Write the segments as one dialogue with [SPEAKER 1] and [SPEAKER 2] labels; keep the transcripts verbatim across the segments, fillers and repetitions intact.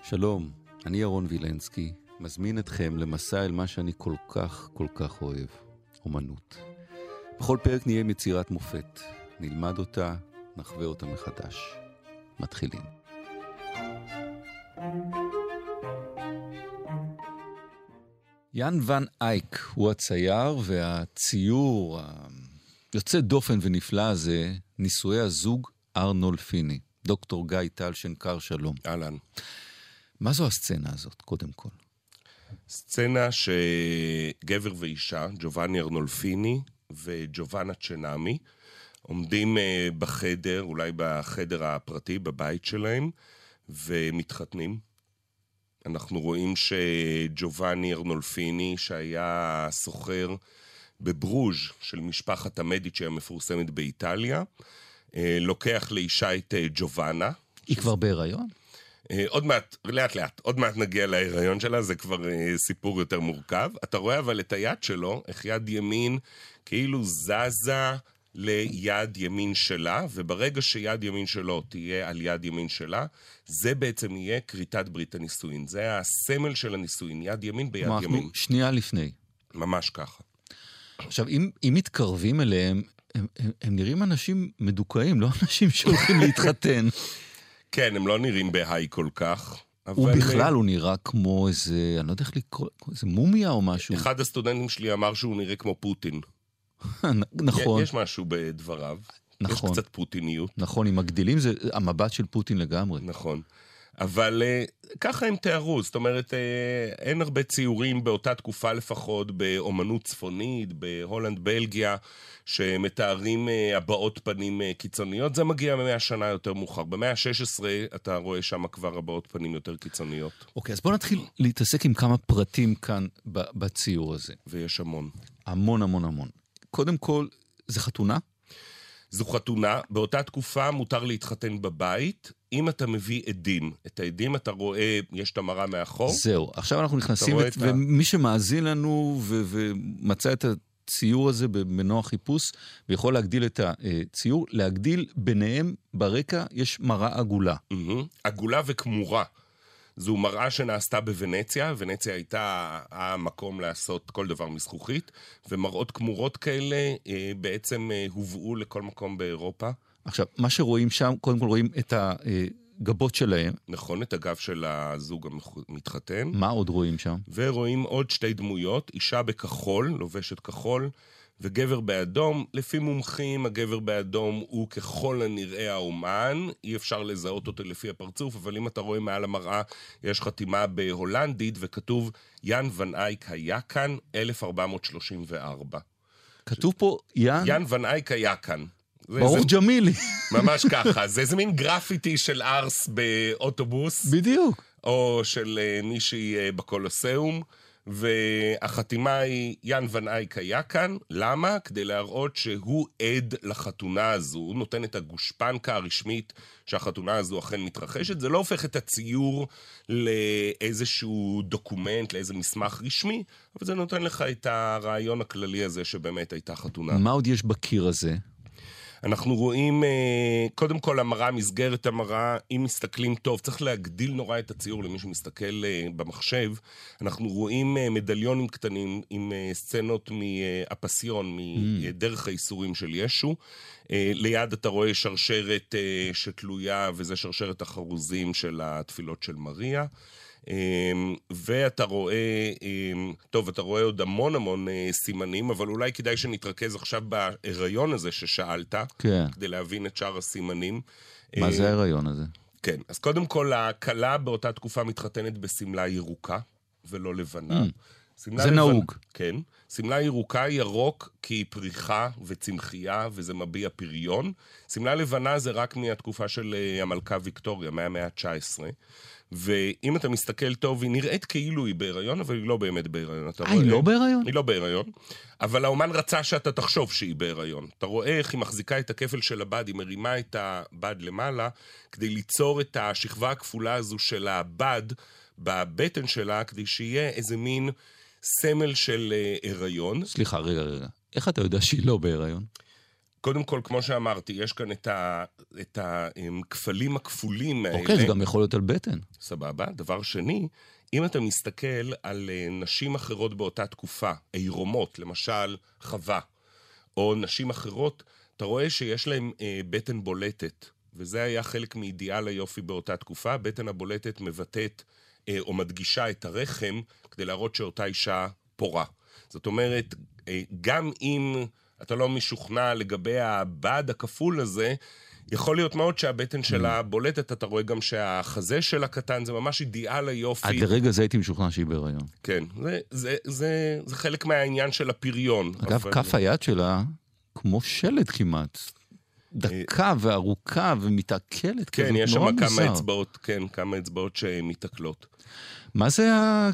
[SPEAKER 1] שלום, אני ירון וילנסקי, מזמין אתכם למסע אל מה שאני כל כך כל כך אוהב, אומנות. בכל פרק נהיה עם יצירת מופת, נלמד אותה, נחווה אותה מחדש. מתחילים. יאן ון אייק הוא הצייר, והציור היוצא דופן ונפלא הזה, נישואי הזוג ארנולפיני. דוקטור גיא טל שנקר, שלום.
[SPEAKER 2] אהלן.
[SPEAKER 1] מה זו הסצנה הזאת, קודם כל?
[SPEAKER 2] סצנה שגבר ואישה, ג'ובאני ארנולפיני וג'ובאנה צ'נאמי, עומדים בחדר, אולי בחדר הפרטי, בבית שלהם, ומתחתנים. אנחנו רואים שג'ובאני ארנולפיני, שהיה סוחר בברוז' של משפחת המדיצ'י המפורסמת באיטליה, לוקח לאישה את ג'ובאנה.
[SPEAKER 1] היא כבר בהיריון?
[SPEAKER 2] עוד מעט, לאט לאט, עוד מעט נגיע להיריון שלה, זה כבר סיפור יותר מורכב. אתה רואה אבל את היד שלו, איך יד ימין כאילו זזה ליד ימין שלה, וברגע שיד ימין שלו תהיה על יד ימין שלה, זה בעצם יהיה כריתת ברית הנישואין. זה הסמל של הנישואין, יד ימין ביד
[SPEAKER 1] מה,
[SPEAKER 2] ימין.
[SPEAKER 1] שנייה לפני.
[SPEAKER 2] ממש ככה.
[SPEAKER 1] עכשיו, אם, אם מתקרבים אליהם, הם, הם, הם נראים אנשים מדוכאים, לא אנשים שהולכים להתחתן.
[SPEAKER 2] כן, הם לא נראים בהיי כל כך.
[SPEAKER 1] הוא בכלל, הוא נראה כמו איזה, אני לא יודע איך לקרוא, איזה מומיה או משהו.
[SPEAKER 2] אחד הסטודנטים שלי אמר שהוא נראה כמו פוטין.
[SPEAKER 1] נכון.
[SPEAKER 2] יש משהו בדבריו.
[SPEAKER 1] נכון.
[SPEAKER 2] יש קצת פוטיניות.
[SPEAKER 1] נכון, אם מגדילים זה המבט של פוטין לגמרי.
[SPEAKER 2] נכון. אבל ככה הם תיארו, זאת אומרת, אין הרבה ציורים באותה תקופה לפחות, באומנות צפונית, בהולנד, בלגיה, שמתארים הבעות פנים קיצוניות. זה מגיע במאה שנה יותר מאוחר. במאה ה-שש עשרה אתה רואה שם כבר הבעות פנים יותר קיצוניות.
[SPEAKER 1] אוקיי, אז בוא נתחיל להתעסק עם כמה פרטים כאן בציור הזה.
[SPEAKER 2] ויש המון.
[SPEAKER 1] המון המון המון. קודם כל, זה חתונה?
[SPEAKER 2] זו חתונה, באותה תקופה מותר להתחתן בבית, אם אתה מביא עדים. את העדים אתה רואה, יש את המראה מאחור.
[SPEAKER 1] זהו, עכשיו אנחנו נכנסים, את, ומי שמאזין לנו ו- ומצא את הציור הזה במנוע חיפוש, ויכול להגדיל את הציור, להגדיל ביניהם ברקע יש מראה עגולה.
[SPEAKER 2] עגולה וכמורה. זו מראה שנעשתה בוונציה, ונציה הייתה המקום לעשות כל דבר מזכוכית, ומראות כמורות כאלה בעצם הובאו לכל מקום באירופה.
[SPEAKER 1] עכשיו, מה שרואים שם, קודם כל רואים את הגבות שלהם.
[SPEAKER 2] נכון, את הגב של הזוג המתחתן.
[SPEAKER 1] מה עוד רואים שם?
[SPEAKER 2] ורואים עוד שתי דמויות, אישה בכחול, לובשת כחול, וגבר באדום. לפי מומחים, הגבר באדום הוא ככל הנראה האומן, אי אפשר לזהות אותו לפי הפרצוף, אבל אם אתה רואה מעל המראה, יש חתימה בהולנדית, וכתוב, יאן ון אייק היה כאן, אלף ארבע מאות שלושים וארבע.
[SPEAKER 1] כתוב פה יאן?
[SPEAKER 2] יאן ון אייק היה כאן.
[SPEAKER 1] ברוך ג'מילי.
[SPEAKER 2] ממש ככה, זה איזה מין גרפיטי של ארס באוטובוס.
[SPEAKER 1] בדיוק.
[SPEAKER 2] או של מישהי בקולוסיאום. והחתימה היא יאן ון אייק היה כאן. למה? כדי להראות שהוא עד לחתונה הזו. הוא נותן את הגושפנקה הרשמית שהחתונה הזו אכן מתרחשת. זה לא הופך את הציור לאיזשהו דוקומנט, לאיזה מסמך רשמי, אבל זה נותן לך את הרעיון הכללי הזה שבאמת הייתה חתונה.
[SPEAKER 1] מה עוד יש בקיר הזה?
[SPEAKER 2] אנחנו רואים, קודם כל המראה, מסגרת המראה, אם מסתכלים טוב, צריך להגדיל נורא את הציור למי שמסתכל במחשב, אנחנו רואים מדליונים קטנים עם סצנות מהפסיון, מדרך האיסורים של ישו, ליד אתה רואה שרשרת שתלויה, וזה שרשרת החרוזים של התפילות של מריה, ואתה רואה, טוב, אתה רואה עוד המון המון סימנים, אבל אולי כדאי שנתרכז עכשיו בהיריון הזה ששאלת,
[SPEAKER 1] כן.
[SPEAKER 2] כדי להבין את שאר הסימנים.
[SPEAKER 1] מה זה ההיריון הזה?
[SPEAKER 2] כן, אז קודם כל, הכלה באותה תקופה מתחתנת בסמלה ירוקה, ולא לבנה.
[SPEAKER 1] זה נהוג.
[SPEAKER 2] כן. סמלה ירוקה, ירוק, כי היא פריחה וצמחייה, וזה מביע פריון. סמלה לבנה זה רק מהתקופה של המלכה ויקטוריה, מהמאה ה-תשע עשרה. ואם אתה מסתכל טוב, היא נראית כאילו היא בהיריון, אבל היא לא באמת בהיריון.
[SPEAKER 1] אה, היא לא בהיריון?
[SPEAKER 2] היא לא בהיריון, אבל האומן רצה שאתה תחשוב שהיא בהיריון. אתה רואה איך היא מחזיקה את הכפל של הבד, היא מרימה את הבד למעלה, כדי ליצור את השכבה הכפולה הזו של הבד בבטן שלה, כדי שיהיה איזה מין סמל של היריון.
[SPEAKER 1] סליחה, רגע, רגע. איך אתה יודע שהיא לא בהיריון?
[SPEAKER 2] קודם כל, כמו שאמרתי, יש כאן את, ה, את הכפלים הכפולים האלה.
[SPEAKER 1] אוקיי, זה גם יכול להיות על בטן.
[SPEAKER 2] סבבה. דבר שני, אם אתה מסתכל על נשים אחרות באותה תקופה, עירומות, למשל חווה, או נשים אחרות, אתה רואה שיש להם אה, בטן בולטת, וזה היה חלק מאידיאל היופי באותה תקופה. הבטן הבולטת מבטאת אה, או מדגישה את הרחם, כדי להראות שאותה אישה פורה. זאת אומרת, אה, גם אם אתה לא משוכנע לגבי הבד הכפול הזה, יכול להיות מאוד שהבטן שלה בולטת, אתה רואה גם שהחזה שלה קטן, זה ממש אידיאל היופי.
[SPEAKER 1] עד לרגע זה הייתי משוכנע שהיא בהיריון.
[SPEAKER 2] כן, זה, זה, זה, זה חלק מהעניין של הפריון.
[SPEAKER 1] אגב,
[SPEAKER 2] אבל...
[SPEAKER 1] כף היד שלה כמו שלד כמעט. דקה וארוכה ומתעכלת.
[SPEAKER 2] כן, יש שם כמה אצבעות, כן, כמה אצבעות שמתעכלות.
[SPEAKER 1] מה זה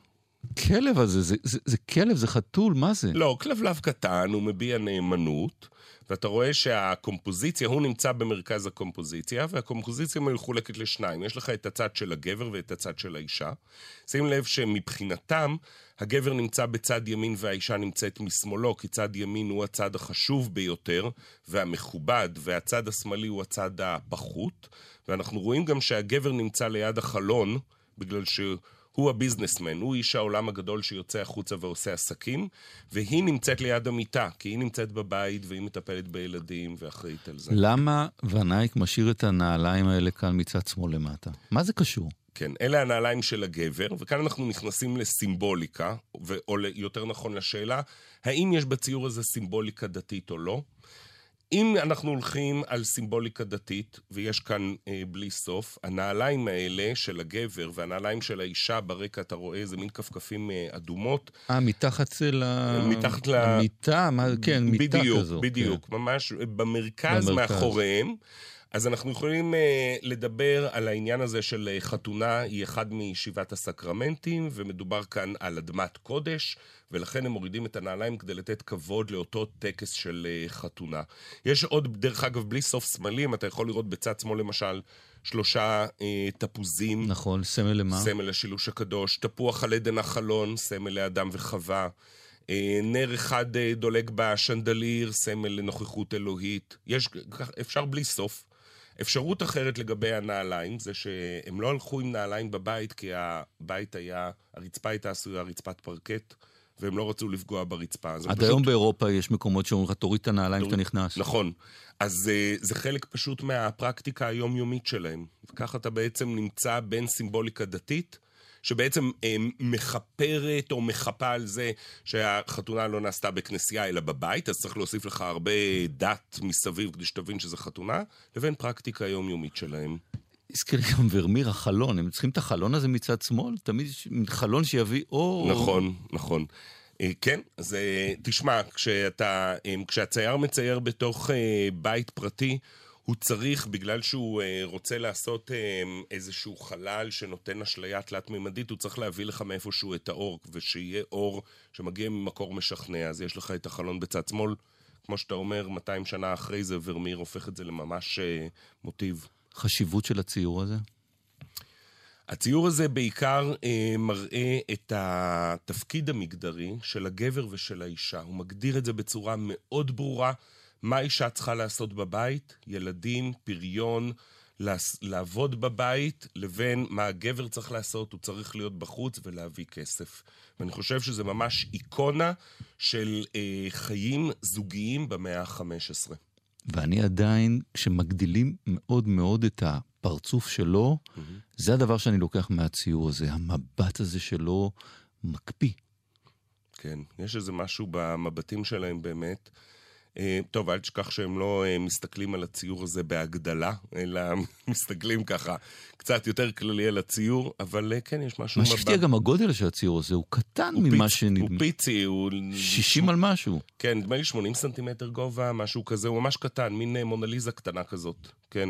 [SPEAKER 1] הכלב הזה? זה, זה, זה כלב, זה חתול, מה זה?
[SPEAKER 2] לא, כלבלב קטן, הוא מביע נאמנות, ואתה רואה שהקומפוזיציה, הוא נמצא במרכז הקומפוזיציה, והקומפוזיציה מחולקת לשניים. יש לך את הצד של הגבר ואת הצד של האישה. שים לב שמבחינתם, הגבר נמצא בצד ימין והאישה נמצאת משמאלו, כי צד ימין הוא הצד החשוב ביותר והמכובד, והצד השמאלי הוא הצד הפחות. ואנחנו רואים גם שהגבר נמצא ליד החלון, בגלל שהוא... הוא הביזנסמן, הוא איש העולם הגדול שיוצא החוצה ועושה עסקים, והיא נמצאת ליד המיטה, כי היא נמצאת בבית והיא מטפלת בילדים ואחראית על זה.
[SPEAKER 1] למה ונייק משאיר את הנעליים האלה כאן מצד שמאל למטה? מה זה קשור?
[SPEAKER 2] כן, אלה הנעליים של הגבר, וכאן אנחנו נכנסים לסימבוליקה, או יותר נכון לשאלה, האם יש בציור הזה סימבוליקה דתית או לא? אם אנחנו הולכים על סימבוליקה דתית, ויש כאן אה, בלי סוף, הנעליים האלה של הגבר והנעליים של האישה ברקע, אתה רואה, זה מין כפכפים אה, אדומות.
[SPEAKER 1] אה, מתחת ל...
[SPEAKER 2] מתחת ל...
[SPEAKER 1] המיטה, מה... כן, מיטה
[SPEAKER 2] בדיוק,
[SPEAKER 1] כזו.
[SPEAKER 2] בדיוק, כן. ממש במרכז, במרכז מאחוריהם. אז אנחנו יכולים אה, לדבר על העניין הזה של אה, חתונה, היא אחד משבעת הסקרמנטים, ומדובר כאן על אדמת קודש, ולכן הם מורידים את הנעליים כדי לתת כבוד לאותו טקס של אה, חתונה. יש עוד, דרך אגב, בלי סוף סמלים, אתה יכול לראות בצד שמאל למשל, שלושה אה, תפוזים.
[SPEAKER 1] נכון, סמל למה?
[SPEAKER 2] סמל לשילוש הקדוש, תפוח על עדן החלון, סמל לאדם וחווה. אה, נר אחד אה, דולג בשנדליר, סמל לנוכחות אלוהית. יש, אפשר בלי סוף. אפשרות אחרת לגבי הנעליים, זה שהם לא הלכו עם נעליים בבית, כי הבית היה, הרצפה הייתה עשויה רצפת פרקט, והם לא רצו לפגוע ברצפה.
[SPEAKER 1] עד פשוט... היום באירופה יש מקומות שאומרים לך, תוריד את הנעליים שאתה נכנס.
[SPEAKER 2] נכון. אז זה, זה חלק פשוט מהפרקטיקה היומיומית שלהם. וככה אתה בעצם נמצא בין סימבוליקה דתית, שבעצם מחפרת או מחפה על זה שהחתונה לא נעשתה בכנסייה אלא בבית, אז צריך להוסיף לך הרבה דת מסביב כדי שתבין שזה חתונה, לבין פרקטיקה היומיומית שלהם.
[SPEAKER 1] הזכיר לי גם ורמיר, החלון, הם צריכים את החלון הזה מצד שמאל, תמיד חלון שיביא אור.
[SPEAKER 2] נכון, נכון. כן, אז תשמע, כשאתה, כשהצייר מצייר בתוך בית פרטי, הוא צריך, בגלל שהוא אה, רוצה לעשות אה, איזשהו חלל שנותן אשליה תלת-ממדית, הוא צריך להביא לך מאיפשהו את האור, ושיהיה אור שמגיע ממקור משכנע. אז יש לך את החלון בצד שמאל, כמו שאתה אומר, מאתיים שנה אחרי זה, ורמיר הופך את זה לממש אה, מוטיב.
[SPEAKER 1] חשיבות של הציור הזה?
[SPEAKER 2] הציור הזה בעיקר אה, מראה את התפקיד המגדרי של הגבר ושל האישה. הוא מגדיר את זה בצורה מאוד ברורה, מה האישה צריכה לעשות בבית, ילדים, פריון, לעבוד בבית, לבין מה הגבר צריך לעשות, הוא צריך להיות בחוץ ולהביא כסף. ואני חושב שזה ממש איקונה של אה, חיים זוגיים במאה ה-חמש עשרה.
[SPEAKER 1] ואני עדיין, כשמגדילים מאוד מאוד את הפרצוף שלו, mm-hmm. זה הדבר שאני לוקח מהציור הזה, המבט הזה שלו מקפיא.
[SPEAKER 2] כן, יש איזה משהו במבטים שלהם באמת, טוב, אל תשכח שהם לא מסתכלים על הציור הזה בהגדלה, אלא מסתכלים ככה קצת יותר כללי על הציור, אבל כן, יש משהו...
[SPEAKER 1] מה שפתיע גם הגודל של הציור הזה, הוא קטן ממה שנדמה.
[SPEAKER 2] הוא פיצי, הוא...
[SPEAKER 1] שישים על משהו.
[SPEAKER 2] כן, נדמה לי שמונים סנטימטר גובה, משהו כזה, הוא ממש קטן, מין מונליזה קטנה כזאת, כן.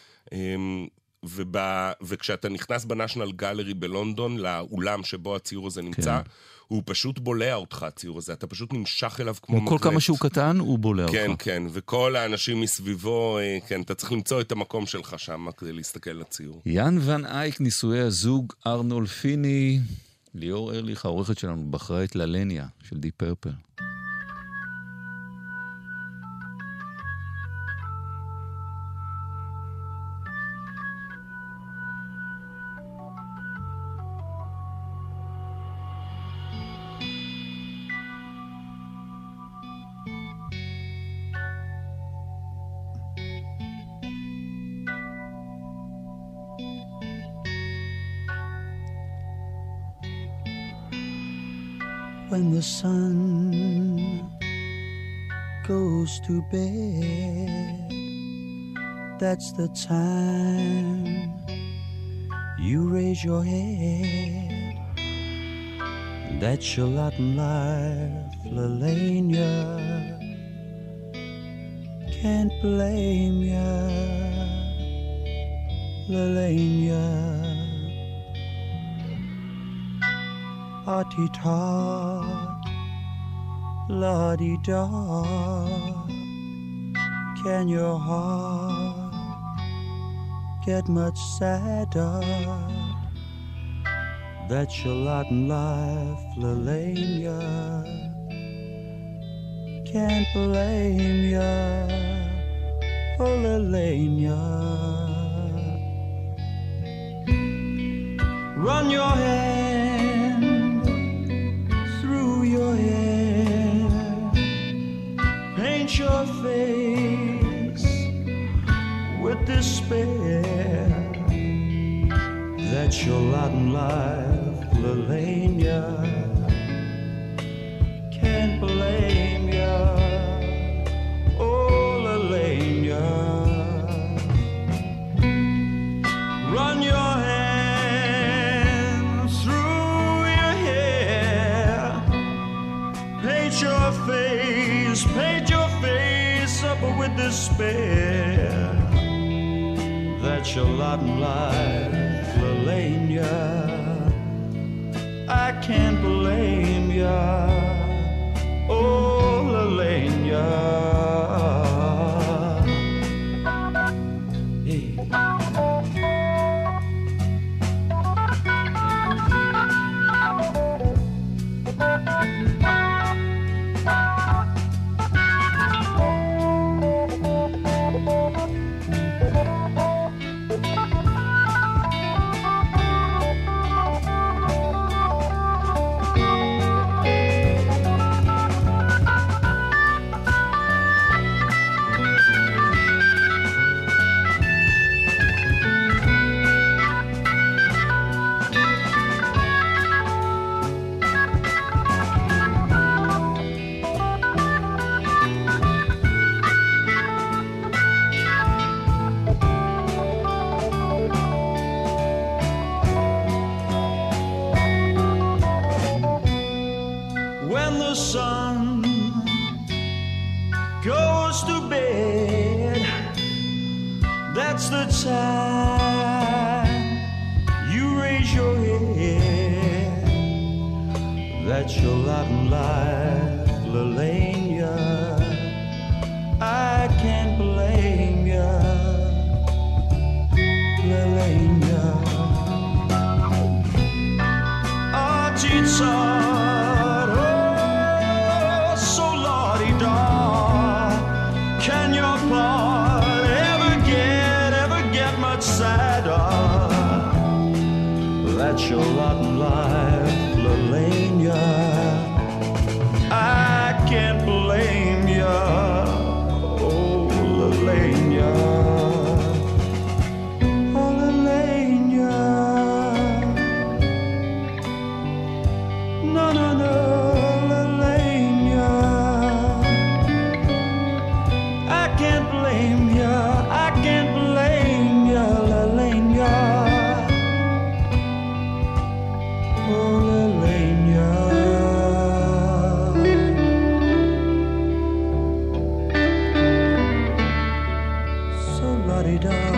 [SPEAKER 2] וכשאתה נכנס בנשיונל גלרי בלונדון, לאולם שבו הציור הזה נמצא, הוא פשוט בולע אותך, הציור הזה. אתה פשוט נמשך אליו כמו מגנט.
[SPEAKER 1] כל כמה שהוא קטן, הוא בולע אותך.
[SPEAKER 2] כן, כן. וכל האנשים מסביבו, כן, אתה צריך למצוא את המקום שלך שם כדי להסתכל על הציור.
[SPEAKER 1] יאן ון אייק, נישואי הזוג ארנולפיני, ליאור ארליך, העורכת שלנו, בחרה את ללניה של די פרפל.
[SPEAKER 3] when the sun goes to bed, that's the time you raise your head. That's your lot in life, Lelania. Can't blame ya, Lelania. Artie-tot, la-di-da. Can your heart get much sadder? That's your lot in life, Lelania. Can't blame ya, oh Lelania. Run your hand through your hair, paint your face with despair. That's your lot in life, Lelania. Can't blame ya, oh Lelania. Run your hand through your hair, paint your face, paint your face up with despair. That's your lot in life, Lelania. I can't blame ya, oh Lelania. Hey. When the sun goes to bed, that's the time you raise your head. That's your lot in life, Lelania. I can't blame ya, Lelania. Artie-tot, oh, so la-di-da. Can your part ever get, ever get much sadder? That's your lot in life, Lelania. I can't blame ya, oh Lelania. Oh Lelania. No, no, no, Lelania. I can't blame ya, I can't blame ya, Lelania. Oh Lelania. So la-di-da.